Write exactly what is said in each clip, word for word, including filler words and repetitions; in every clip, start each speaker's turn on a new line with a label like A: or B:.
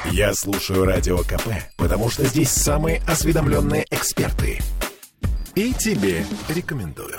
A: Я слушаю Радио КП, потому что здесь самые осведомленные эксперты. И тебе рекомендую.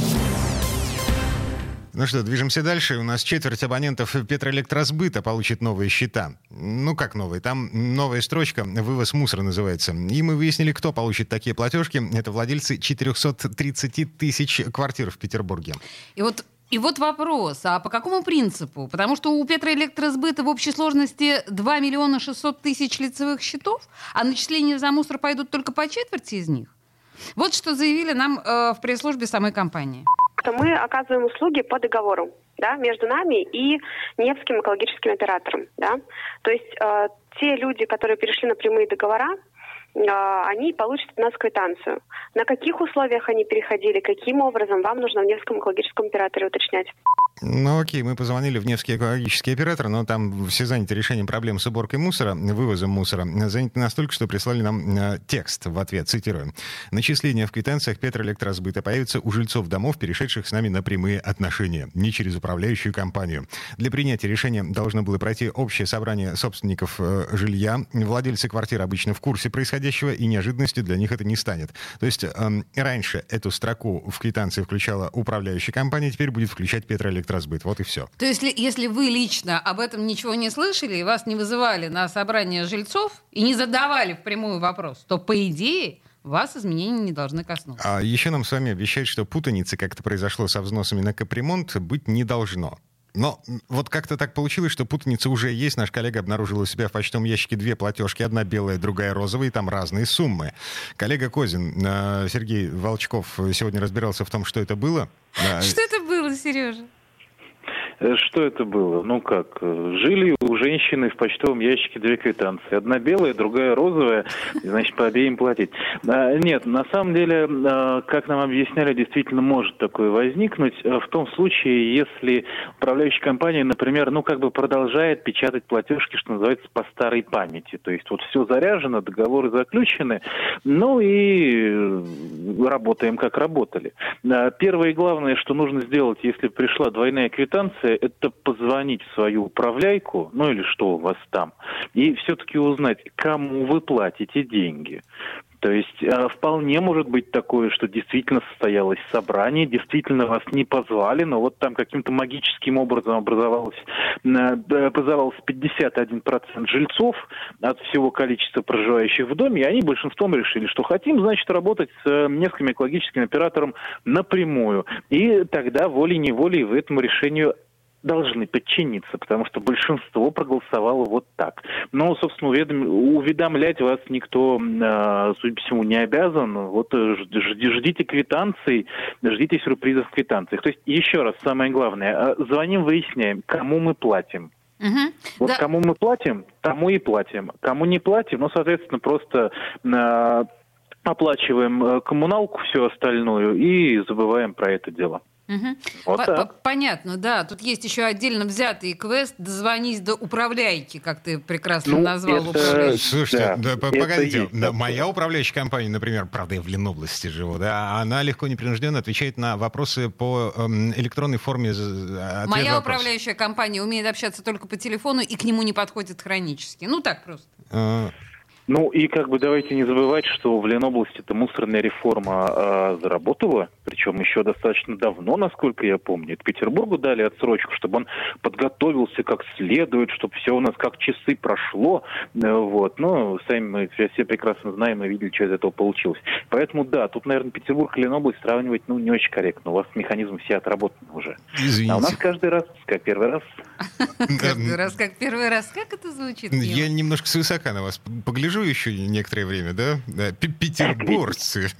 B: Ну что, движемся дальше. У нас четверть абонентов Петроэлектросбыта получит новые счета. Ну как новые? Там новая строчка «Вывоз мусора» называется. И мы выяснили, кто получит такие платежки. Это владельцы четыреста тридцать тысяч квартир в Петербурге.
C: И вот И вот вопрос, а по какому принципу? Потому что у Петроэлектросбыта в общей сложности два миллиона шестьсот тысяч лицевых счетов, а начисления за мусор пойдут только по четверти из них. Вот что заявили нам э, в пресс-службе самой компании.
D: Мы оказываем услуги по договору, да, между нами и Невским экологическим оператором. Да? То есть э, те люди, которые перешли на прямые договора, они получат от нас квитанцию. На каких условиях они переходили, каким образом, вам нужно в Невском экологическом операторе уточнять.
B: Ну окей, мы позвонили в Невский экологический оператор, но там все заняты решением проблем с уборкой мусора, вывозом мусора. Заняты настолько, что прислали нам э, текст в ответ, цитирую. «Начисления в квитанциях Петроэлектросбыта появятся у жильцов домов, перешедших с нами на прямые отношения, не через управляющую компанию. Для принятия решения должно было пройти общее собрание собственников э, жилья. Владельцы квартир обычно в курсе происходящего, и неожиданностью для них это не станет». То есть э, раньше эту строку в квитанции включала управляющая компания, теперь будет включать Петроэлектросбыт. Вот и все.
C: То есть, если вы лично об этом ничего не слышали, и вас не вызывали на собрание жильцов, и не задавали впрямую вопрос, то, по идее, вас изменения не должны коснуться.
B: А еще нам с вами обещают, что путаницы, как это произошло со взносами на капремонт, быть не должно. Но вот как-то так получилось, что путаница уже есть. Наш коллега обнаружил у себя в почтовом ящике две платежки. Одна белая, другая розовая, и там разные суммы. Коллега Козин, Сергей Волчков, сегодня разбирался в том, что это было.
C: Что это было, Сережа?
E: Что это было? Ну как, жили у женщины в почтовом ящике две квитанции. Одна белая, другая розовая, значит, по обеим платить. А, нет, на самом деле, как нам объясняли, действительно может такое возникнуть в том случае, если управляющая компания, например, ну как бы продолжает печатать платежки, что называется, по старой памяти. То есть вот все заряжено, договоры заключены, ну и работаем как работали. Первое и главное, что нужно сделать, если пришла двойная квитанция, это позвонить в свою управляйку, ну или что у вас там, и все-таки узнать, кому вы платите деньги. То есть э, вполне может быть такое, что действительно состоялось собрание, действительно вас не позвали, но вот там каким-то магическим образом образовалось, э, образовалось пятьдесят один процент жильцов от всего количества проживающих в доме, и они большинством решили, что хотим, значит, работать с э, Невским экологическим оператором напрямую. И тогда волей-неволей в этому решению должны подчиниться, потому что большинство проголосовало вот так. Но, собственно, уведом... уведомлять вас никто, э, судя по всему, не обязан. Вот ждите квитанций, ждите сюрпризов в квитанциях. То есть, еще раз, самое главное, звоним, выясняем, кому мы платим.
C: Угу.
E: Вот
C: да.
E: Кому мы платим, тому и платим. Кому не платим, ну, соответственно, просто э, оплачиваем коммуналку, всю остальную, и забываем про это дело.
C: Угу.
E: Вот так.
C: Понятно, да. Тут есть еще отдельно взятый квест «Дозвонись до управляйки», как ты прекрасно
E: ну,
C: назвал.
E: Это...
B: Слушайте, да, да, погодите.
E: Есть,
B: да, моя управляющая компания, например, правда, я в Ленобласти живу, да, она легко непринужденно отвечает на вопросы по эм, электронной форме.
C: Моя
B: вопрос.
C: управляющая компания умеет общаться только по телефону и к нему не подходит хронически. Ну так просто.
B: А...
E: Ну и как бы давайте не забывать, что в Ленобласти-то мусорная реформа э, заработала, причем еще достаточно давно, насколько я помню. Это Петербургу дали отсрочку, чтобы он подготовился как следует, чтобы все у нас как часы прошло. Э, вот. Но сами мы все прекрасно знаем и видели, что из этого получилось. Поэтому да, тут, наверное, Петербург и Ленобласть сравнивать ну, не очень корректно. У вас механизм все отработаны уже.
B: Извините.
E: А у нас каждый раз как первый раз.
C: Каждый раз как первый раз. Как это звучит?
B: Я немножко свысока на вас погляжу еще некоторое время, да? Петербуржцы.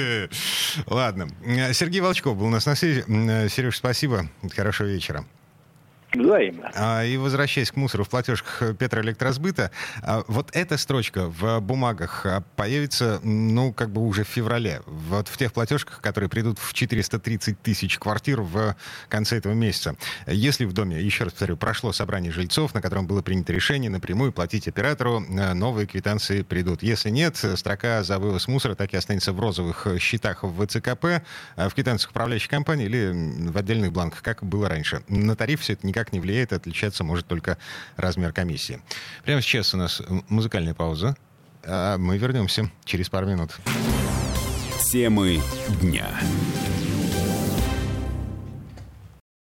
B: Ладно. Сергей Волчков был у нас на связи. Сереж, спасибо. Хорошего вечера.
E: Взаимно.
B: А, и возвращаясь к мусору в платежках Петроэлектросбыта, а, вот эта строчка в бумагах появится, ну, как бы уже в феврале. Вот в тех платежках, которые придут в четыреста тридцать тысяч квартир в конце этого месяца. Если в доме, еще раз повторю, прошло собрание жильцов, на котором было принято решение напрямую платить оператору, новые квитанции придут. Если нет, строка за вывоз мусора так и останется в розовых счетах в ВЦКП, в квитанциях управляющей компании или в отдельных бланках, как было раньше. На тариф все это никак никак не влияет, отличаться может только размер комиссии. Прямо сейчас у нас музыкальная пауза. А мы вернемся через пару минут.
F: Темы дня.